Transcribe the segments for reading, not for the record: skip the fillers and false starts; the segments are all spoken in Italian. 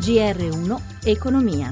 GR1 Economia.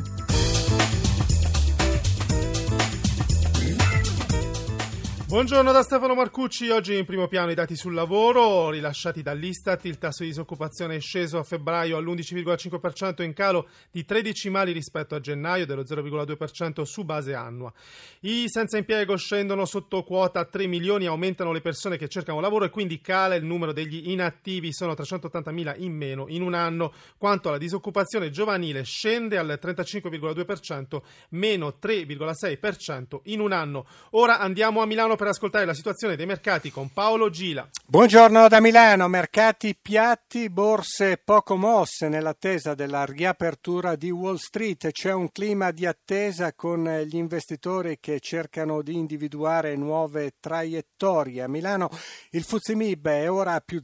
Buongiorno da Stefano Marcucci. Oggi in primo piano i dati sul lavoro rilasciati dall'Istat. Il tasso di disoccupazione è sceso a febbraio all'11,5%, in calo di 13 mali rispetto a gennaio, dello 0,2% su base annua. I senza impiego scendono sotto quota 3 milioni, aumentano le persone che cercano lavoro e quindi cala il numero degli inattivi, sono 380.000 in meno in un anno. Quanto alla disoccupazione giovanile scende al 35,2%, meno 3,6% in un anno. Ora andiamo a Milano per ascoltare la situazione dei mercati con Paolo Gila. Buongiorno da Milano. Mercati piatti, borse poco mosse nell'attesa della riapertura di Wall Street. C'è un clima di attesa con gli investitori che cercano di individuare nuove traiettorie. A Milano il FTSE MIB è ora a più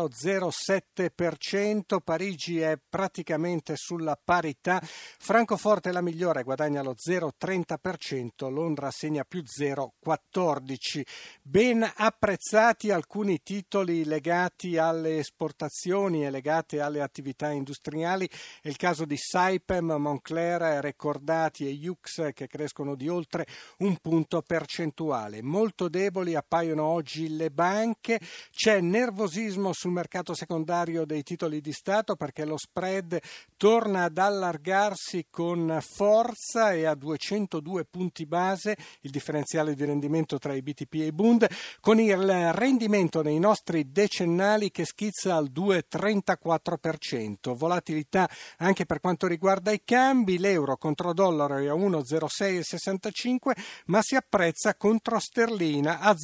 0,07%, Parigi è praticamente sulla parità, Francoforte è la migliore, guadagna lo 0,30%, Londra segna più 0,14%. Ben apprezzati alcuni titoli legati alle esportazioni e legate alle attività industriali. È il caso di Saipem, Moncler, Recordati e Yux che crescono di oltre un punto percentuale. Molto deboli appaiono oggi le banche. C'è nervosismo sul mercato secondario dei titoli di Stato perché lo spread torna ad allargarsi con forza e a 202 punti base il differenziale di rendimento tra i BTP e i Bund, con il rendimento nei nostri decennali che schizza al 2,34%. Volatilità anche per quanto riguarda i cambi, l'euro contro dollaro è a 1,0665 ma si apprezza contro sterlina a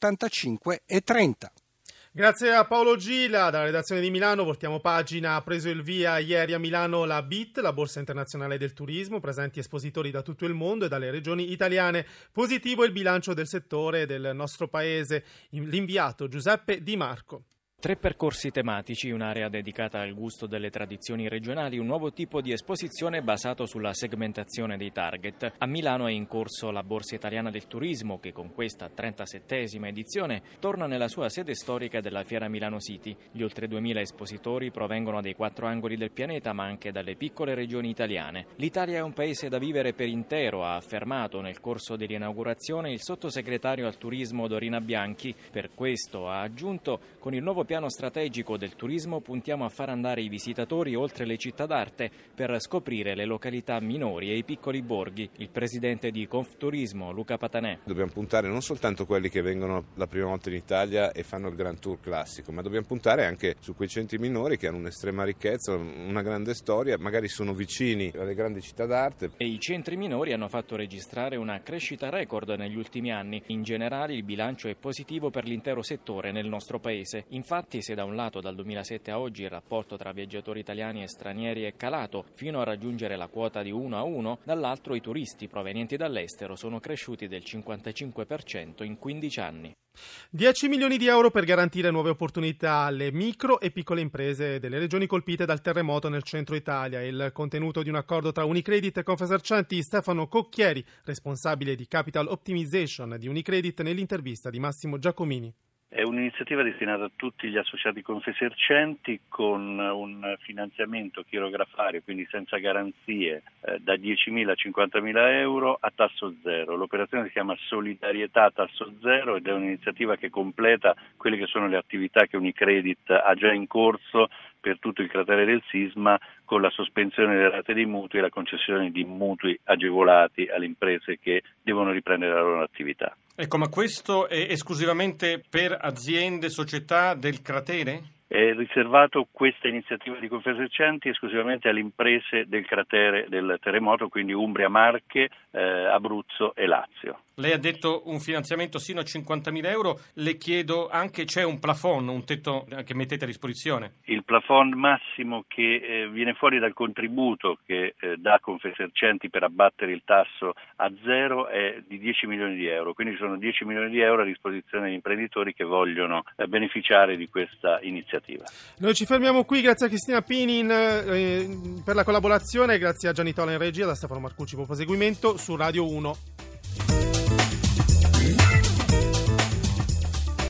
0,8530. Grazie a Paolo Gila. Dalla redazione di Milano voltiamo pagina. Ha preso il via ieri a Milano la BIT, la Borsa Internazionale del Turismo, presenti espositori da tutto il mondo e dalle regioni italiane. Positivo il bilancio del settore del nostro paese. L'inviato Giuseppe Di Marco. 3 percorsi tematici, un'area dedicata al gusto delle tradizioni regionali, un nuovo tipo di esposizione basato sulla segmentazione dei target. A Milano è in corso la Borsa Italiana del Turismo che con questa 37esima edizione torna nella sua sede storica della Fiera Milano City. Gli oltre 2000 espositori provengono dai 4 angoli del pianeta ma anche dalle piccole regioni italiane. L'Italia è un paese da vivere per intero, ha affermato nel corso dell'inaugurazione il sottosegretario al turismo Dorina Bianchi. Per questo, ha aggiunto, con il nuovo piano strategico del turismo puntiamo a far andare i visitatori oltre le città d'arte per scoprire le località minori e i piccoli borghi. Il presidente di Confturismo, Luca Patanè. Dobbiamo puntare non soltanto quelli che vengono la prima volta in Italia e fanno il Grand Tour classico, ma dobbiamo puntare anche su quei centri minori che hanno un'estrema ricchezza, una grande storia, magari sono vicini alle grandi città d'arte. E i centri minori hanno fatto registrare una crescita record negli ultimi anni. In generale il bilancio è positivo per l'intero settore nel nostro paese. Infatti, se da un lato dal 2007 a oggi il rapporto tra viaggiatori italiani e stranieri è calato fino a raggiungere la quota di 1:1, dall'altro i turisti provenienti dall'estero sono cresciuti del 55% in 15 anni. 10 milioni di euro per garantire nuove opportunità alle micro e piccole imprese delle regioni colpite dal terremoto nel centro Italia. Il contenuto di un accordo tra Unicredit e Confesercenti. Stefano Cocchieri, responsabile di Capital Optimization di Unicredit, nell'intervista di Massimo Giacomini. È un'iniziativa destinata a tutti gli associati Confesercenti con un finanziamento chirografario, quindi senza garanzie, da 10.000 a 50.000 euro a tasso zero. L'operazione si chiama Solidarietà a tasso zero ed è un'iniziativa che completa quelle che sono le attività che Unicredit ha già in corso per tutto il cratere del sisma, con la sospensione delle rate dei mutui e la concessione di mutui agevolati alle imprese che devono riprendere la loro attività. Ecco, ma questo è esclusivamente per aziende, società del cratere? È riservato questa iniziativa di Confesercenti esclusivamente alle imprese del cratere del terremoto, quindi Umbria, Marche, Abruzzo e Lazio. Lei ha detto un finanziamento sino a 50.000 euro, le chiedo anche, c'è un plafond, un tetto che mettete a disposizione? Il plafond massimo che viene fuori dal contributo che dà Confesercenti per abbattere il tasso a zero è di 10 milioni di euro, quindi sono 10 milioni di euro a disposizione degli imprenditori che vogliono beneficiare di questa iniziativa. Noi ci fermiamo qui, grazie a Cristina Pinin per la collaborazione, grazie a Gianni Tola in regia, da Stefano Marcucci, buon proseguimento su Radio 1.